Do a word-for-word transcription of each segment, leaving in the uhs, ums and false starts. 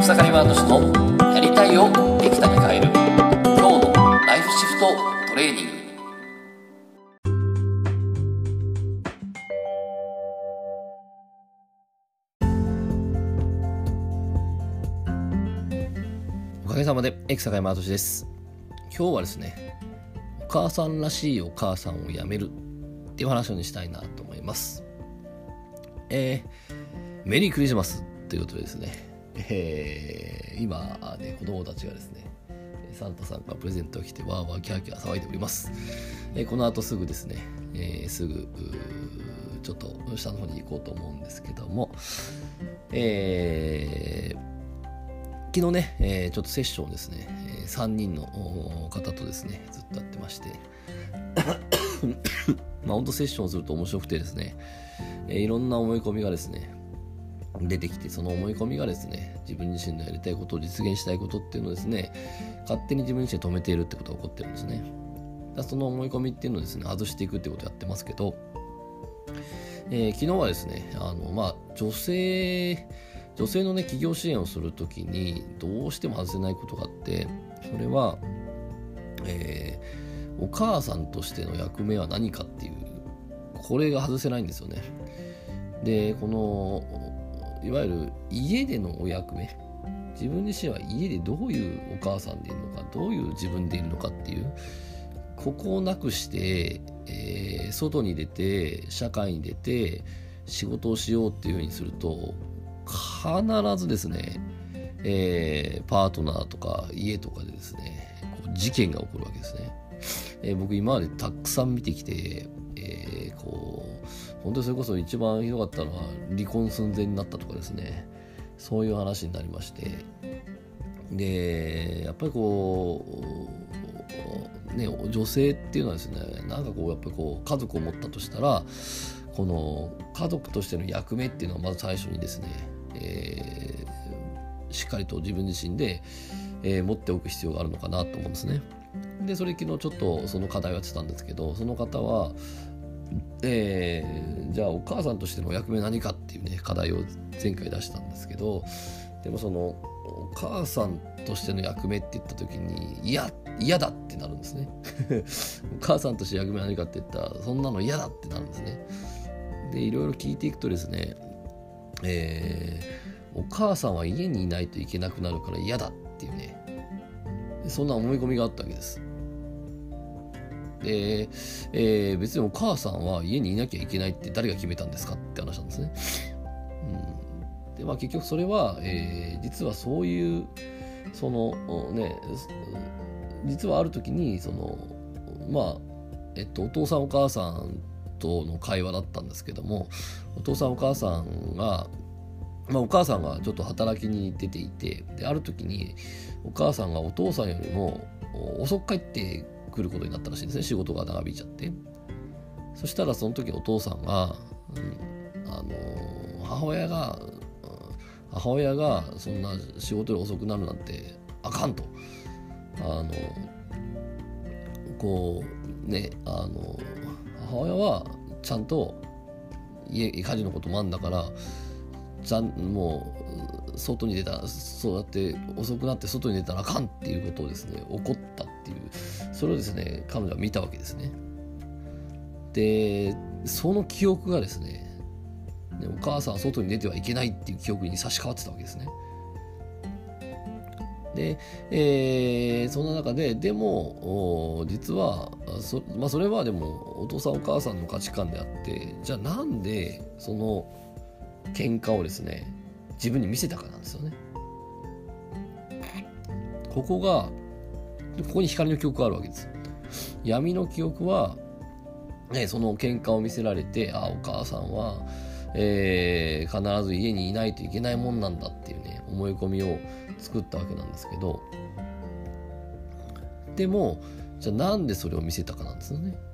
草刈ワード氏のやりたいをできたに変える今日のライフシフトトレーニング。おかげさまで草刈ワード氏です。今日はですね、お母さんらしいお母さんをやめるっていう話をしたいなと思います。えー、メリークリスマスということでですね、えー、今ね子供たちがですねサンタさんからプレゼントが来てわーわーキャーキャー騒いでおります。えー、この後すぐですね、えー、すぐちょっと下の方に行こうと思うんですけども、えー、昨日ね、えー、ちょっとセッションをですね、えー、さんにんの方とですねずっとやってましてまあ本当セッションをすると面白くてですね、えー、いろんな思い込みがですね出てきて、その思い込みがですね自分自身のやりたいことを実現したいことっていうのをですね勝手に自分自身で止めているってことが起こってるんですね。だその思い込みっていうのをですね外していくってことをやってますけど、えー、昨日はですねあのまあ女性女性のね企業支援をするときにどうしても外せないことがあって、それは、えー、お母さんとしての役目は何かっていうこれが外せないんですよね。でこのいわゆる家でのお役目、自分自身は家でどういうお母さんでいるのか、どういう自分でいるのかっていうここをなくして、えー、外に出て社会に出て仕事をしようっていうふうにすると必ずですね、えー、パートナーとか家とかでですねこう事件が起こるわけですね。えー、僕今までたくさん見てきて、えー、こう本当にそれこそ一番ひどかったのは離婚寸前になったとかですね、そういう話になりまして、でやっぱりこうね女性っていうのはですねなんかこうやっぱりこう家族を持ったとしたらこの家族としての役目っていうのはまず最初にですね、えー、しっかりと自分自身で、えー、持っておく必要があるのかなと思うんですね。でそれ昨日ちょっとその課題をやってたんですけど、その方はえー、じゃあお母さんとしてのお役目何かっていうね課題を前回出したんですけど、でもそのお母さんとしての役目って言った時にいや嫌だってなるんですねお母さんとして役目何かって言ったらそんなの嫌だってなるんですね。でいろいろ聞いていくとですね、えー、お母さんは家にいないといけなくなるから嫌だっていうね、そんな思い込みがあったわけです。で、えー、別にお母さんは家にいなきゃいけないって誰が決めたんですかって話なんですね。うん、でまあ結局それは、えー、実はそういうそのね実はある時にそのまあえっとお父さんお母さんとの会話だったんですけども、お父さんお母さんがまあ、お母さんがちょっと働きに出ていて、である時にお母さんがお父さんよりも遅く帰って来ることになったらしいんですね。仕事が長引いちゃって。そしたらその時お父さんが、うん、あの母親が母親がそんな仕事より遅くなるなんてあかんと、あのこうねあの母親はちゃんと家家事のこともあんだからちゃんもう外に出たそうやって遅くなって外に出たらあかんっていうことをですね怒ったっていう、それをですね彼女は見たわけですね。でその記憶がですねお母さんは外に出てはいけないっていう記憶に差し替わってたわけですね。で、えー、そんな中ででも実は そ,、まあ、それはでもお父さんお母さんの価値観であって、じゃあなんでその喧嘩をですね自分に見せたかなんですよね。ここがここに光の記憶があるわけです。闇の記憶は、ね、その喧嘩を見せられて、あお母さんは、えー、必ず家にいないといけないもんなんだっていうね思い込みを作ったわけなんですけど、でもじゃあなんでそれを見せたかなんですよね。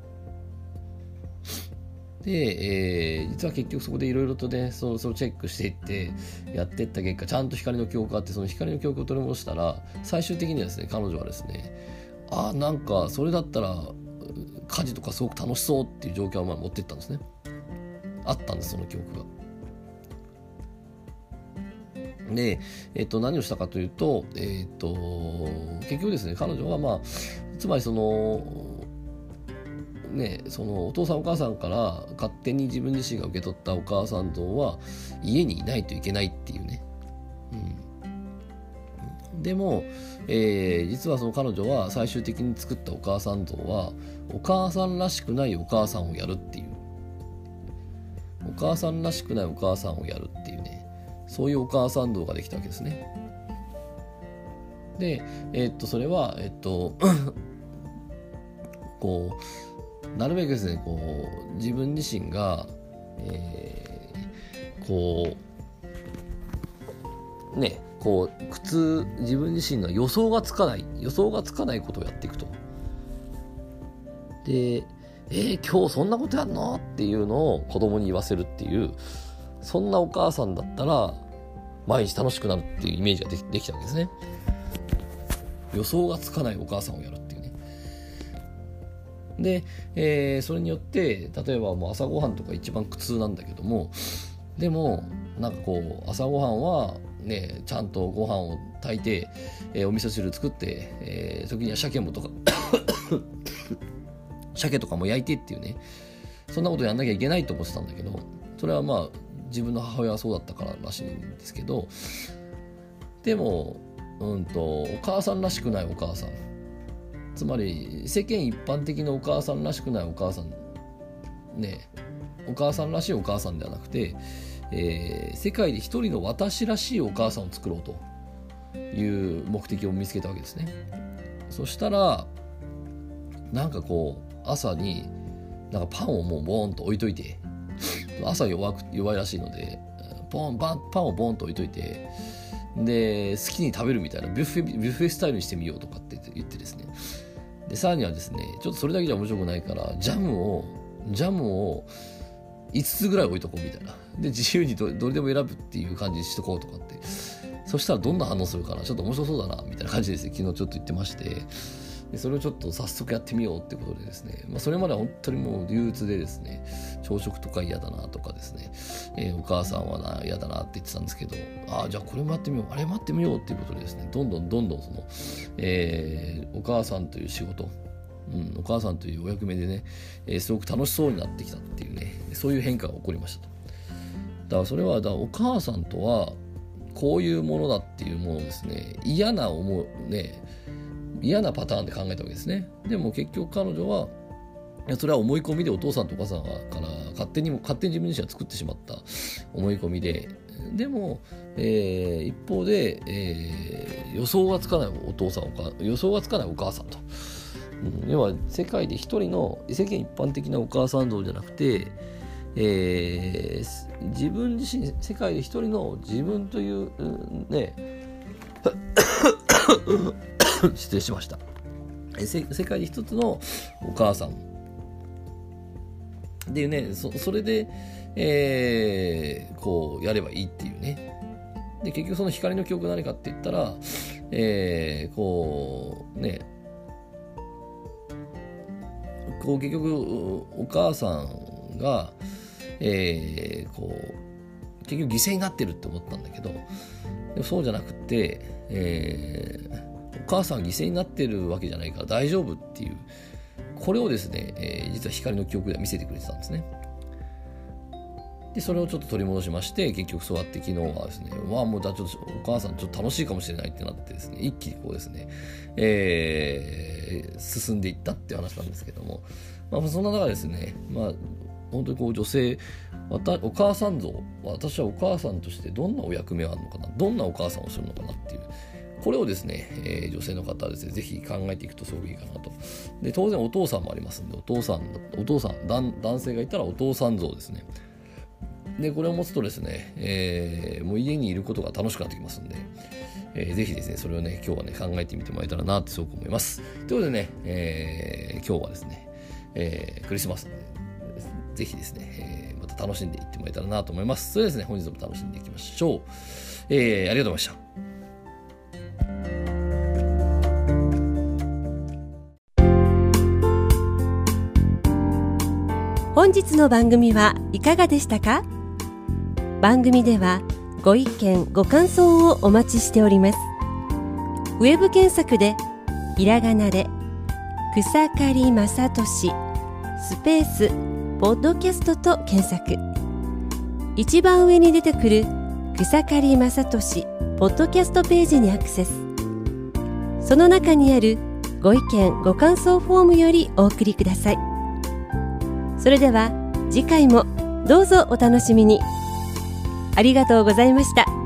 で、えー、実は結局そこでいろいろとねそれをチェックしていってやっていった結果ちゃんと光の記憶があって、その光の記憶を取り戻したら最終的にはですね彼女はですねあなんかそれだったら家事とかすごく楽しそうっていう状況をまあ持っていったんですね。あったんですその記憶が。 で、えっと、何をしたかというと、えっと、結局ですね、彼女はまあ、つまりその、ね、そのお父さんお母さんから勝手に自分自身が受け取ったお母さん像は家にいないといけないっていうね。うん、でも、えー、実はその彼女は最終的に作ったお母さん像はお母さんらしくないお母さんをやるっていう。お母さんらしくないお母さんをやるっていうね。そういうお母さん像ができたわけですね。で、えー、っとそれはえー、っとこうなるべくですねこう自分自身が、えー、こうねこう苦痛自分自身が予想がつかない予想がつかないことをやっていくと。で、えー、今日そんなことやんのっていうのを子供に言わせるっていう。そんなお母さんだったら毎日楽しくなるっていうイメージが でき、できたわけですね。予想がつかないお母さんをやるっていうね。で、えー、それによって例えばもう朝ごはんとか一番苦痛なんだけども、でもなんかこう朝ごはんはねちゃんとご飯を炊いて、えー、お味噌汁作って、えー、時には鮭もとか鮭とかも焼いてっていうね、そんなことやんなきゃいけないと思ってたんだけど、それはまあ自分の母親はそうだったかららしいんですけど、でも、うんと、お母さんらしくないお母さん、つまり世間一般的なお母さんらしくないお母さんね、お母さんらしいお母さんではなくて、えー、世界で一人の私らしいお母さんを作ろうという目的を見つけたわけですね。そしたらなんかこう朝になんかパンをもうボーンと置いといて、朝弱く弱いらしいのでポンパンパンをボーンと置いといて、で好きに食べるみたいなビュッフェビュッフェスタイルにしてみようとかって言ってですね、でさらにはですねちょっとそれだけじゃ面白くないからジャムをジャムをいつつぐらい置いとこうみたいな、で自由に ど, どれでも選ぶっていう感じにしとこうとかって、そしたらどんな反応するかな、ちょっと面白そうだなみたいな感じですね、昨日ちょっと言ってまして、でそれをちょっと早速やってみようってことでですね、まあ、それまでは本当にもう憂鬱でですね、朝食とか嫌だなとかですね、えー、お母さんはな嫌だなって言ってたんですけど、ああじゃあこれもやってみよう、あれもやってみようっていうことでですね、どんどんどんどんその、えー、お母さんという仕事、うん、お母さんというお役目でね、えー、すごく楽しそうになってきたっていうね、そういう変化が起こりましたと。だからそれはだからお母さんとはこういうものだっていうものをですね、嫌な思うね嫌なパターンで考えたわけですね。でも結局彼女はいやそれは思い込みで、お父さんとお母さんから勝手にも勝手に自分自身が作ってしまった思い込みで、でも、えー、一方で、えー、予想がつかないお父さんお母予想がつかないお母さんと、うん、要は世界で一人の世間一般的なお母さん像じゃなくて、えー、自分自身世界で一人の自分という、うん、ね失礼しました。世界で一つのお母さんっていうね、そ, それで、えー、こうやればいいっていうね。で結局その光の記憶何かって言ったら、えー、こうねこう結局お母さんが、えー、こう結局犠牲になってるって思ったんだけど、でもそうじゃなくて、えーお母さん犠牲になってるわけじゃないから大丈夫っていう、これをですね、えー、実は光の記憶では見せてくれてたんですね。でそれをちょっと取り戻しまして、結局そうやって昨日はですね、まあもうだちょっとお母さんちょっと楽しいかもしれないってなってですね、一気にこうですね、えー、進んでいったっていう話なんですけども、まあそんな中ですね、まあ本当にこう女性お母さん像、私はお母さんとしてどんなお役目があるのかな、どんなお母さんをするのかなっていう、これをですね、えー、女性の方はですね、ぜひ考えていくとすごくいいかなと。で、当然お父さんもありますんで、お父さん、お父さん、男、男性がいたらお父さん像ですね。で、これを持つとですね、えー、もう家にいることが楽しくなってきますんで、えー、ぜひですね、それをね、今日はね、考えてみてもらえたらなってすごく思います。ということでね、えー、今日はですね、えー、クリスマスで、ぜひですね、えー、また楽しんでいってもらえたらなと思います。それではですね、本日も楽しんでいきましょう。えー、ありがとうございました。 本日の番組はいかがでしたか？番組ではご意見ご感想をお待ちしております。ウェブ検索でひらがなで草刈正俊スペースポッドキャストと検索。一番上に出てくる草刈正俊ポッドキャストページにアクセス。その中にあるご意見ご感想フォームよりお送りください。それでは次回もどうぞお楽しみに。ありがとうございました。